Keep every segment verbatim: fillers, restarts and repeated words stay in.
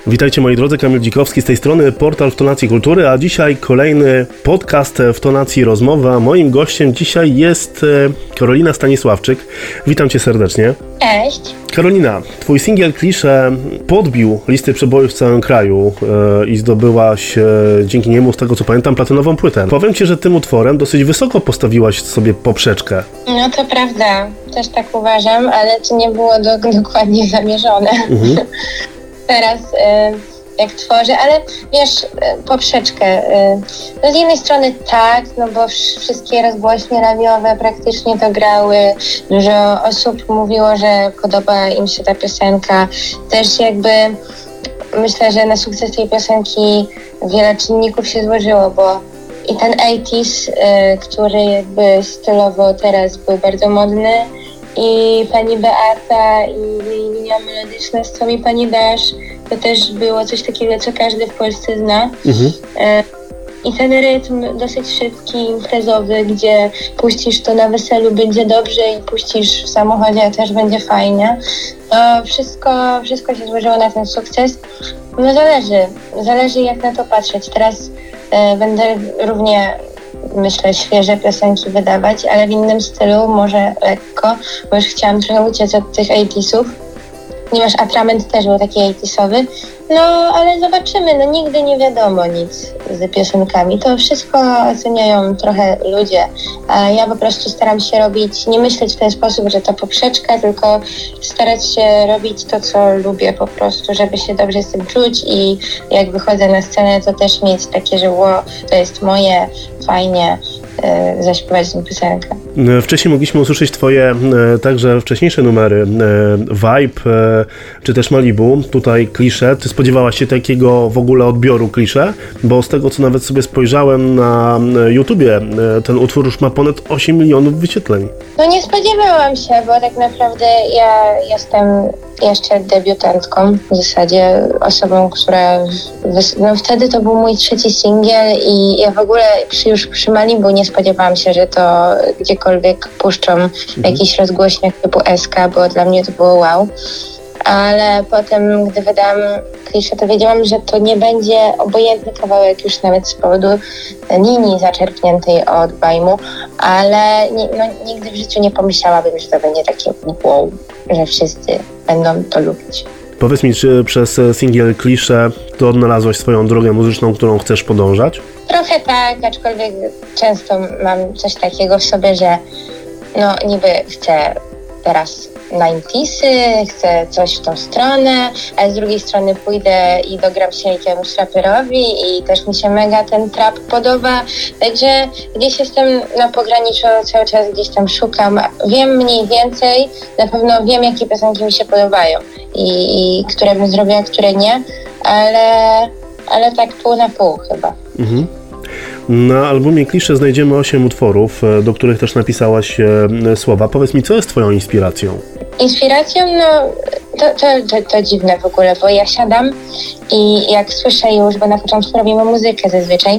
Witajcie moi drodzy, Kamil Dzikowski z tej strony, portal w tonacji kultury, a dzisiaj kolejny podcast w tonacji rozmowy, a moim gościem dzisiaj jest Karolina Stanisławczyk. Witam Cię serdecznie. Cześć. Karolina, Twój singiel Klisze podbił listy przebojów w całym kraju yy, i zdobyłaś yy, dzięki niemu, z tego co pamiętam, platynową płytę. Powiem Ci, że tym utworem dosyć wysoko postawiłaś sobie poprzeczkę. No to prawda, też tak uważam, ale to nie było do, dokładnie zamierzone. Mhm. Teraz y, jak tworzę, ale wiesz, y, poprzeczkę. Y, no z jednej strony tak, no bo wszystkie rozgłośnie radiowe praktycznie to grały. Dużo osób mówiło, że podoba im się ta piosenka. Też jakby myślę, że na sukces tej piosenki wiele czynników się złożyło, bo i ten osiemdziesiąty, y, który jakby stylowo teraz był bardzo modny, i pani Beata, i jej linia melodyczna z Co mi pani dasz, to też było coś takiego, co każdy w Polsce zna. Mhm. E, I ten rytm dosyć szybki, imprezowy, gdzie puścisz to na weselu, będzie dobrze, i puścisz w samochodzie, też będzie fajnie. To wszystko, wszystko się złożyło na ten sukces. No zależy, zależy jak na to patrzeć. Teraz e, będę równie, myślę, świeże piosenki wydawać, ale w innym stylu, może lekko, bo już chciałam trochę uciec od tych osiemdziesiątych. Ponieważ Atrament też był taki osiemdziesiąty. No, ale zobaczymy, no nigdy nie wiadomo nic z piosenkami. To wszystko oceniają trochę ludzie, a ja po prostu staram się robić, nie myśleć w ten sposób, że to poprzeczka, tylko starać się robić to, co lubię po prostu, żeby się dobrze z tym czuć, i jak wychodzę na scenę, to też mieć takie, że ło, to jest moje, fajnie e, zaśpiewać tę piosenkę. Wcześniej mogliśmy usłyszeć Twoje e, także wcześniejsze numery, e, Vibe, e, czy też Malibu, tutaj Klisze. Ty spodziewałaś się takiego w ogóle odbioru Klisze? Bo z tego, co nawet sobie spojrzałem na YouTubie, e, ten utwór już ma ponad osiem milionów wyświetleń. No nie spodziewałam się, bo tak naprawdę ja jestem jeszcze debiutantką, w zasadzie osobą, która... Wys- no wtedy to był mój trzeci singiel i ja w ogóle przy, już przy Malibu nie spodziewałam się, że to gdziekolwiek puszczą mhm. w jakichś rozgłośniach typu S K, bo dla mnie to było wow. Ale potem, gdy wydałam Klisze, to wiedziałam, że to nie będzie obojętny kawałek już nawet z powodu linii zaczerpniętej od Bajmu, ale nie, no, nigdy w życiu nie pomyślałabym, że to będzie takie wow, że wszyscy będą to lubić. Powiedz mi, czy przez singiel Klisze to odnalazłaś swoją drogę muzyczną, którą chcesz podążać? Trochę tak, aczkolwiek często mam coś takiego w sobie, że no niby chcę teraz dziewięćdziesiątych, chcę coś w tą stronę, ale z drugiej strony pójdę i dogram się jakiemuś raperowi i też mi się mega ten trap podoba, także gdzieś jestem na pograniczu, cały czas gdzieś tam szukam, wiem mniej więcej, na pewno wiem, jakie piosenki mi się podobają i, i które bym zrobiła, które nie, ale, ale tak pół na pół chyba. Mhm. Na albumie Klisze znajdziemy osiem utworów, do których też napisałaś e, słowa. Powiedz mi, co jest Twoją inspiracją? Inspiracją? No, to, to, to, to dziwne w ogóle, bo ja siadam i jak słyszę już, bo na początku robimy muzykę zazwyczaj,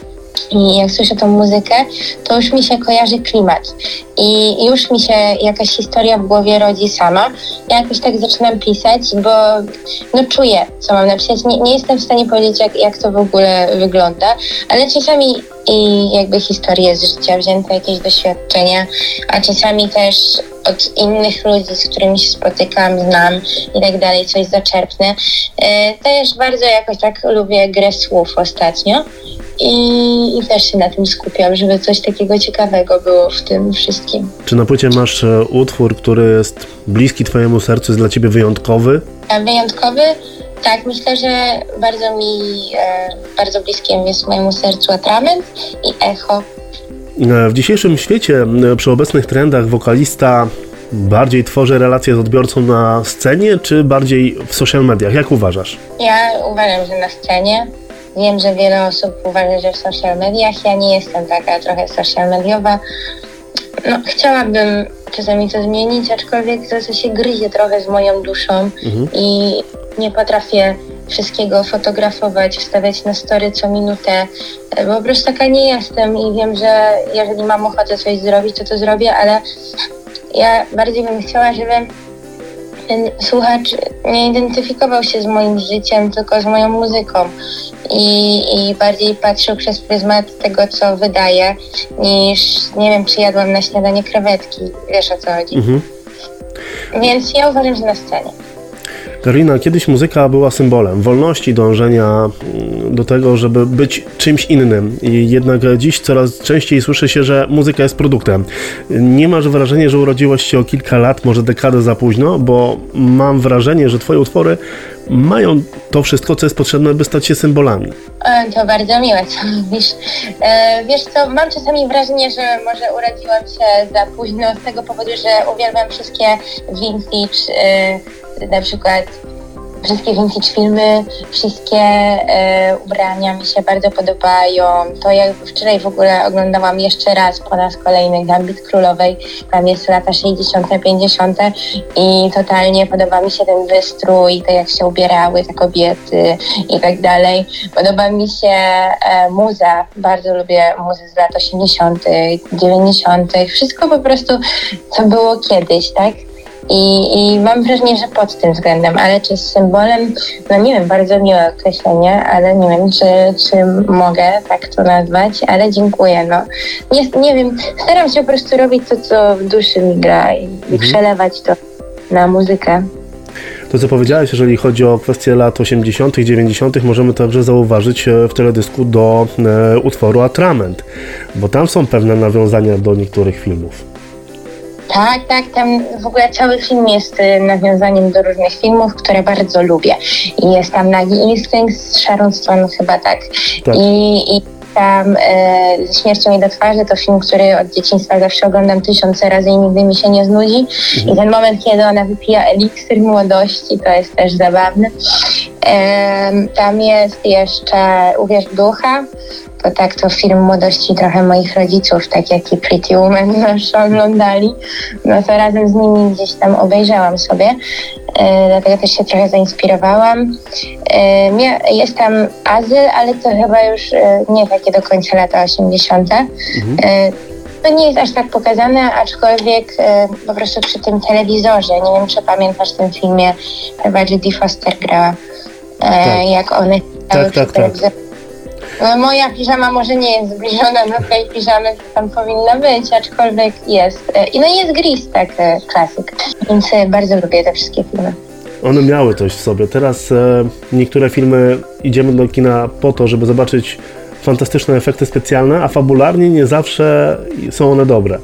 i jak słyszę tą muzykę, to już mi się kojarzy klimat i już mi się jakaś historia w głowie rodzi sama. Ja jakoś tak zaczynam pisać, bo no czuję, co mam napisać. Nie, nie jestem w stanie powiedzieć, jak, jak to w ogóle wygląda, ale czasami i jakby historie z życia wzięte, jakieś doświadczenia, a czasami też od innych ludzi, z którymi się spotykam, znam i tak dalej, coś zaczerpnę. E, też bardzo jakoś tak lubię grę słów ostatnio. I, I też się na tym skupiam, żeby coś takiego ciekawego było w tym wszystkim. Czy na płycie masz e, utwór, który jest bliski Twojemu sercu, jest dla Ciebie wyjątkowy? A wyjątkowy? Tak, myślę, że bardzo mi, e, bardzo bliskim jest mojemu sercu Atrament i Echo. W dzisiejszym świecie, przy obecnych trendach, wokalista bardziej tworzy relacje z odbiorcą na scenie, czy bardziej w social mediach? Jak uważasz? Ja uważam, że na scenie. Wiem, że wiele osób uważa, że w social mediach. Ja nie jestem taka trochę social mediowa. No, chciałabym czasami to zmienić, aczkolwiek to, co się gryzie trochę z moją duszą mhm. i nie potrafię wszystkiego fotografować, wstawiać na story co minutę, bo po prostu taka nie jestem i wiem, że jeżeli mam ochotę coś zrobić, to to zrobię, ale ja bardziej bym chciała, żeby słuchacz nie identyfikował się z moim życiem, tylko z moją muzyką i, i bardziej patrzył przez pryzmat tego, co wydaje, niż, nie wiem, czy jadłam na śniadanie krewetki. Wiesz, o co chodzi. Mhm. Więc ja uważam, że na scenie. Karolina, kiedyś muzyka była symbolem wolności, dążenia do tego, żeby być czymś innym. I jednak dziś coraz częściej słyszy się, że muzyka jest produktem. Nie masz wrażenia, że urodziłaś się o kilka lat, może dekadę za późno? Bo mam wrażenie, że twoje utwory mają to wszystko, co jest potrzebne, by stać się symbolami. E, to bardzo miłe, co mówisz. E, wiesz co, mam czasami wrażenie, że może urodziłam się za późno z tego powodu, że uwielbiam wszystkie vintage, e, na przykład wszystkie vintage filmy, wszystkie e, ubrania mi się bardzo podobają. To jak wczoraj w ogóle oglądałam jeszcze raz po raz kolejny Gambit Królowej, tam jest lata sześćdziesiąte, pięćdziesiąte i totalnie podoba mi się ten wystrój, to jak się ubierały te kobiety i tak dalej. Podoba mi się e, muza, bardzo lubię muzę z lat osiemdziesiątych, dziewięćdziesiątych, wszystko po prostu, co było kiedyś, tak? I, I mam wrażenie, że pod tym względem, ale czy z symbolem, no nie wiem, bardzo miłe określenie, ale nie wiem, czy, czy mogę tak to nazwać, ale dziękuję, no. Nie, nie wiem, staram się po prostu robić to, co w duszy mi gra i, mhm. i przelewać to na muzykę. To, co powiedziałeś, jeżeli chodzi o kwestie lat osiemdziesiątych, dziewięćdziesiątych, możemy także zauważyć w teledysku do e, utworu Atrament, bo tam są pewne nawiązania do niektórych filmów. Tak, tak, tam w ogóle cały film jest nawiązaniem do różnych filmów, które bardzo lubię. I jest tam Nagi Instynkt z Sharon Stone, chyba tak. tak. I, i tam e, Ze śmiercią jej do twarzy to film, który od dzieciństwa zawsze oglądam tysiące razy i nigdy mi się nie znudzi. Mhm. I ten moment, kiedy ona wypija eliksir młodości, to jest też zabawne. E, tam jest jeszcze Uwierz w ducha. To tak, to film młodości trochę moich rodziców, tak jak i Pretty Woman zawsze oglądali. No to razem z nimi gdzieś tam obejrzałam sobie, e, dlatego też się trochę zainspirowałam. E, jest tam Azyl, ale to chyba już e, nie takie do końca lata osiemdziesiąte. Mhm. E, to nie jest aż tak pokazane, aczkolwiek e, po prostu przy tym telewizorze, nie wiem, czy pamiętasz w tym filmie, chyba Jodie Foster grała, e, tak. jak one tak, tak, tak. No, moja piżama może nie jest zbliżona do tej piżamy, co tam powinna być, aczkolwiek jest. I no jest Grease, tak, klasyk. Więc bardzo lubię te wszystkie filmy. One miały coś w sobie. Teraz e, niektóre filmy idziemy do kina po to, żeby zobaczyć fantastyczne efekty specjalne, a fabularnie nie zawsze są one dobre.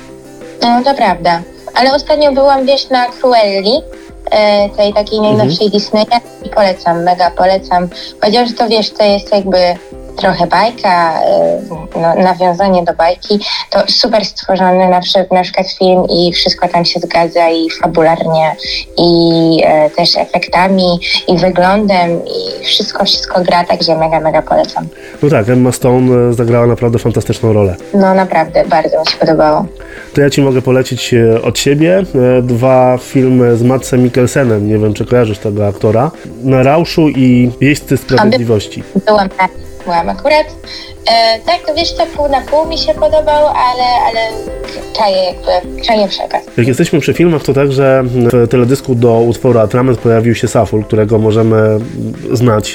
No to prawda. Ale ostatnio byłam, wiesz, na Cruelli, e, tej takiej najnowszej mhm. Disneya i polecam, mega polecam. Chociaż to, wiesz, to jest jakby trochę bajka, no, nawiązanie do bajki, to super stworzony na przykład, na przykład film i wszystko tam się zgadza i fabularnie i e, też efektami i wyglądem i wszystko, wszystko gra, także mega, mega polecam. No tak, Emma Stone zagrała naprawdę fantastyczną rolę. No naprawdę, bardzo mi się podobało. To ja Ci mogę polecić od siebie dwa filmy z Madsem Mikkelsenem, nie wiem, czy kojarzysz tego aktora, Na rauszu i Jeźdźcy Sprawiedliwości. By, byłam na byłam akurat. E, tak, wiesz, to pół na pół mi się podobał, ale, ale czaję jakby, czaję przekaz. Jak jesteśmy przy filmach, to także w teledysku do utworu Atrament pojawił się Saful, którego możemy znać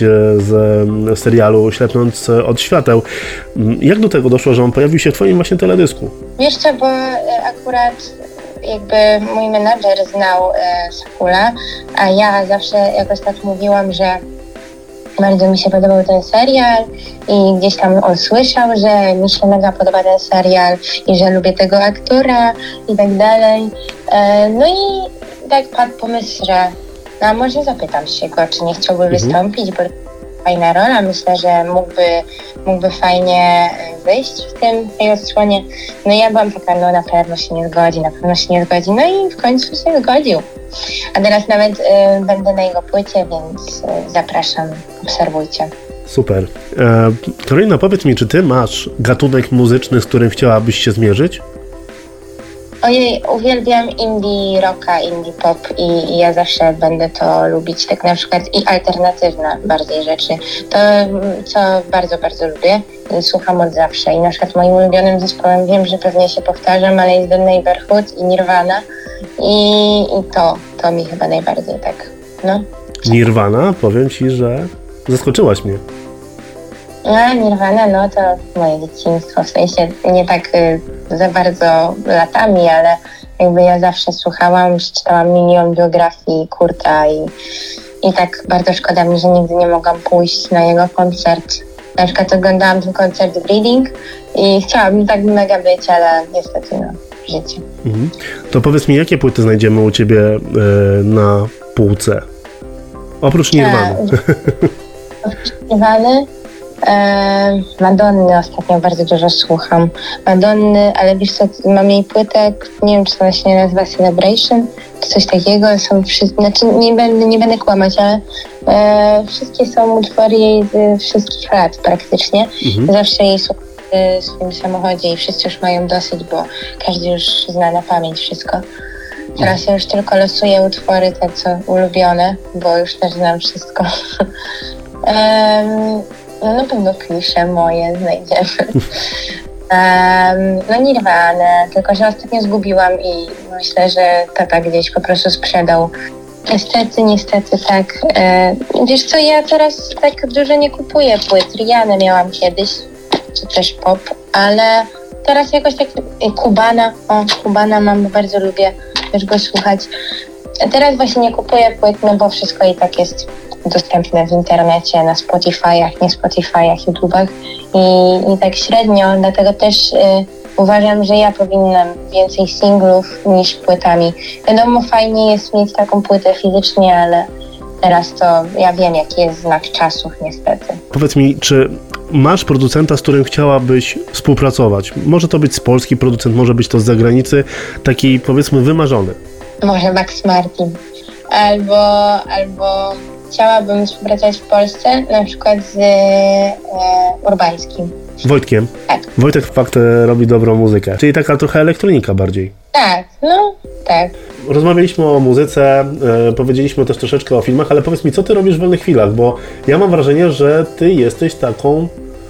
z serialu Ślepnąc od świateł. Jak do tego doszło, że on pojawił się w Twoim właśnie teledysku? Wiesz co, bo akurat jakby mój menadżer znał e, Safula, a ja zawsze jakoś tak mówiłam, że bardzo mi się podobał ten serial i gdzieś tam on słyszał, że mi się mega podoba ten serial i że lubię tego aktora i tak dalej. E, no i tak padł pomysł, że no, a może zapytam się go, czy nie chciałby mhm. wystąpić, bo fajna rola, myślę, że mógłby, mógłby fajnie wyjść w tym, tej odsłonie. No i ja byłam taka, no na pewno się nie zgodzi, na pewno się nie zgodzi, no i w końcu się zgodził. A teraz nawet y, będę na jego płycie, więc y, zapraszam, obserwujcie. Super. E, Karolina, powiedz mi, czy ty masz gatunek muzyczny, z którym chciałabyś się zmierzyć? Ojej, uwielbiam indie rocka, indie pop i, i ja zawsze będę to lubić, tak na przykład i alternatywne bardziej rzeczy. To, co bardzo, bardzo lubię i słucham od zawsze. I na przykład moim ulubionym zespołem, wiem, że pewnie się powtarzam, ale jest The Neighborhood i Nirvana i, i to, to mi chyba najbardziej tak, no. Nirvana, powiem ci, że zaskoczyłaś mnie. No, Nirvana, no to moje dzieciństwo, w sensie nie tak y, za bardzo latami, ale jakby ja zawsze słuchałam, czytałam milion biografii Kurta i, i tak bardzo szkoda mi, że nigdy nie mogłam pójść na jego koncert. Na przykład oglądałam ten koncert Bleeding i chciałabym tak mega być, ale niestety no, życie. Mhm. To powiedz mi, jakie płyty znajdziemy u ciebie e, na półce? Oprócz Nirvany. Oprócz Nirvany, e, Madonny ostatnio bardzo dużo słucham. Madonny, ale wiesz co, mam jej płytę, nie wiem czy ona się nazywa Celebration, czy coś takiego. Są wszyscy, znaczy nie będę, nie będę kłamać, ale e, wszystkie są utwory jej z wszystkich lat praktycznie. Mhm. Zawsze jej słucham w swoim samochodzie i wszyscy już mają dosyć, bo każdy już zna na pamięć wszystko. Teraz ja już tylko losuję utwory te, co ulubione, bo już też znam wszystko. um, no na pewno klisze moje znajdziemy. Um, no Nirvanę, tylko że ostatnio zgubiłam i myślę, że tata gdzieś po prostu sprzedał. Niestety, niestety tak. E, wiesz co, ja teraz tak dużo nie kupuję płyt. Rihanę miałam kiedyś, czy też pop, ale teraz jakoś tak... Kubana, o Kubana mam, bardzo lubię też go słuchać. A teraz właśnie nie kupuję płyt, no bo wszystko i tak jest dostępne w internecie, na Spotify'ach, nie Spotify'ach, YouTube'ach i, i tak średnio, dlatego też y, uważam, że ja powinnam więcej singlów niż płytami. Wiadomo, fajnie jest mieć taką płytę fizycznie, ale teraz to ja wiem, jaki jest znak czasów niestety. Powiedz mi, czy masz producenta, z którym chciałabyś współpracować? Może to być z polski producent, może być to z zagranicy, taki powiedzmy wymarzony. Może Max Martin. Albo, albo chciałabym współpracować w Polsce, na przykład z e, Urbańskim. Wojtkiem? Tak. Wojtek fakt robi dobrą muzykę, czyli taka trochę elektronika bardziej. Tak, no tak. Rozmawialiśmy o muzyce, e, powiedzieliśmy też troszeczkę o filmach, ale powiedz mi, co ty robisz w wolnych chwilach, bo ja mam wrażenie, że ty jesteś taką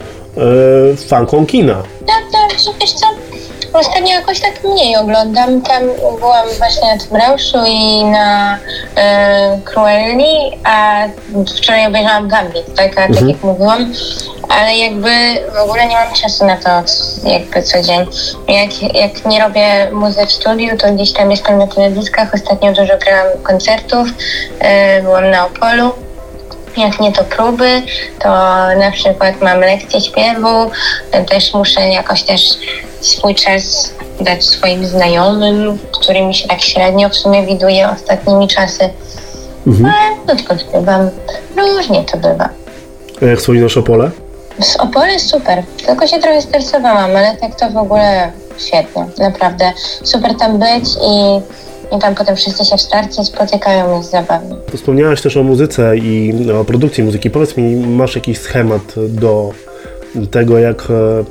e, fanką kina. Tak, tak, wiesz co? Ostatnio jakoś tak mniej oglądam. Tam byłam właśnie na tym Rauszu i na e, Cruelli, a wczoraj obejrzałam Gambit, tak, a, mhm. tak jak mówiłam. Ale jakby w ogóle nie mam czasu na to jakby co dzień. Jak, jak nie robię muzy w studiu, to gdzieś tam jestem na teledyskach. Ostatnio dużo grałam koncertów, e, byłam na Opolu. Jak nie to próby, to na przykład mam lekcję śpiewu, też muszę jakoś też swój czas dać swoim znajomym, którymi się tak średnio w sumie widuję ostatnimi czasy. Mhm. No tylko śpiewam, różnie to bywa. A jak wspominasz Opole? Z Opole super, tylko się trochę stresowałam, ale tak to w ogóle świetnie, naprawdę. Super tam być i I tam potem wszyscy się w starcie spotykają, jest zabawnie. Wspomniałaś też o muzyce i o produkcji muzyki. Powiedz mi, masz jakiś schemat do tego, jak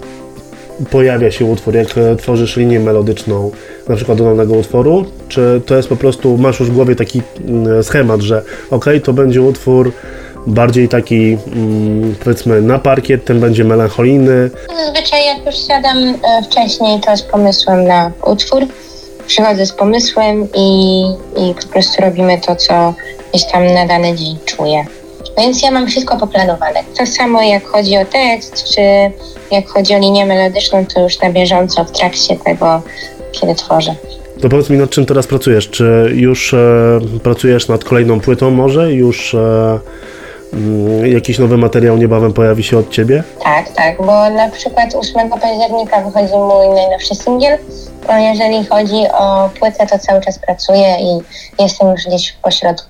pojawia się utwór, jak tworzysz linię melodyczną, na przykład do danego utworu? Czy to jest po prostu, masz już w głowie taki schemat, że ok, to będzie utwór bardziej taki, powiedzmy, na parkiet, ten będzie melancholijny? Zazwyczaj jak już siadam wcześniej, to z pomysłem na utwór. Przychodzę z pomysłem i, i po prostu robimy to, co gdzieś tam na dany dzień czuję. Więc ja mam wszystko poplanowane. Tak samo jak chodzi o tekst, czy jak chodzi o linię melodyczną, to już na bieżąco w trakcie tego, kiedy tworzę. To powiedz mi, nad czym teraz pracujesz? Czy już e, pracujesz nad kolejną płytą może? Już e, m, jakiś nowy materiał niebawem pojawi się od ciebie? Tak, tak, bo na przykład ósmego października wychodzi mój najnowszy singiel. A jeżeli chodzi o płytę, to cały czas pracuję i jestem już gdzieś w pośrodku.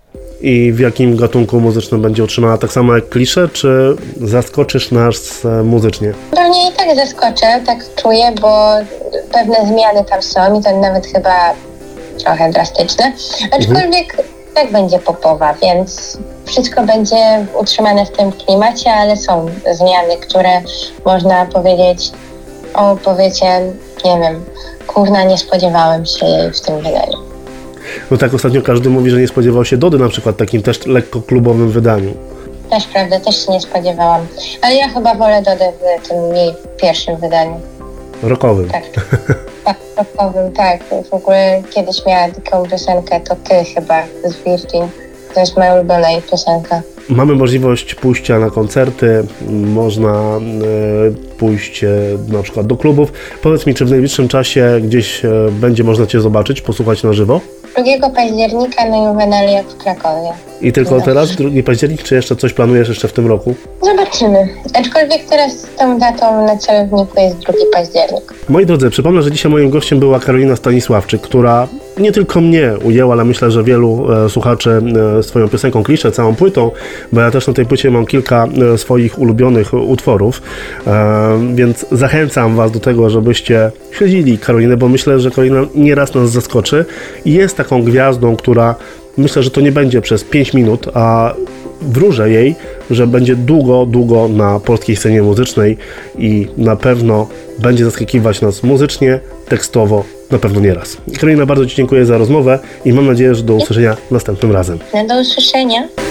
I w jakim gatunku muzycznym będzie utrzymana? Tak samo jak klisze, czy zaskoczysz nas muzycznie? Pewnie i tak zaskoczę, tak czuję, bo pewne zmiany tam są i to nawet chyba trochę drastyczne. Aczkolwiek mhm. tak będzie popowa, więc wszystko będzie utrzymane w tym klimacie, ale są zmiany, które można powiedzieć, o powiecie, nie wiem, kurna, nie spodziewałem się jej w tym wydaniu. No tak, ostatnio każdy mówi, że nie spodziewał się Dody na przykład w takim też lekko klubowym wydaniu. Też prawda, też się nie spodziewałam. Ale ja chyba wolę Dodę w tym jej pierwszym wydaniu. Rockowym. Tak. Tak, rockowym, tak. W ogóle kiedyś miała taką piosenkę, to Ty chyba z Virgin. To jest moja ulubiona jej piosenka. Mamy możliwość pójścia na koncerty, można e, pójść e, na przykład do klubów. Powiedz mi, czy w najbliższym czasie gdzieś e, będzie można Cię zobaczyć, posłuchać na żywo? drugiego października na Juwenaliach w Krakowie. I tylko No. teraz, drugi październik, czy jeszcze coś planujesz jeszcze w tym roku? Zobaczymy. Aczkolwiek teraz z tą datą na celowniku jest drugi październik. Moi drodzy, przypomnę, że dzisiaj moim gościem była Karolina Stanisławczyk, która nie tylko mnie ujęła, ale myślę, że wielu e, słuchaczy e, swoją piosenką Klisze, całą płytą, bo ja też na tej płycie mam kilka e, swoich ulubionych utworów, e, więc zachęcam Was do tego, żebyście śledzili Karolinę, bo myślę, że Karolina nieraz nas zaskoczy i jest taką gwiazdą, która myślę, że to nie będzie przez pięć minut, a wróżę jej, że będzie długo, długo na polskiej scenie muzycznej i na pewno będzie zaskakiwać nas muzycznie, tekstowo, na pewno nieraz. Karolina, bardzo Ci dziękuję za rozmowę i mam nadzieję, że do usłyszenia następnym razem. No, do usłyszenia.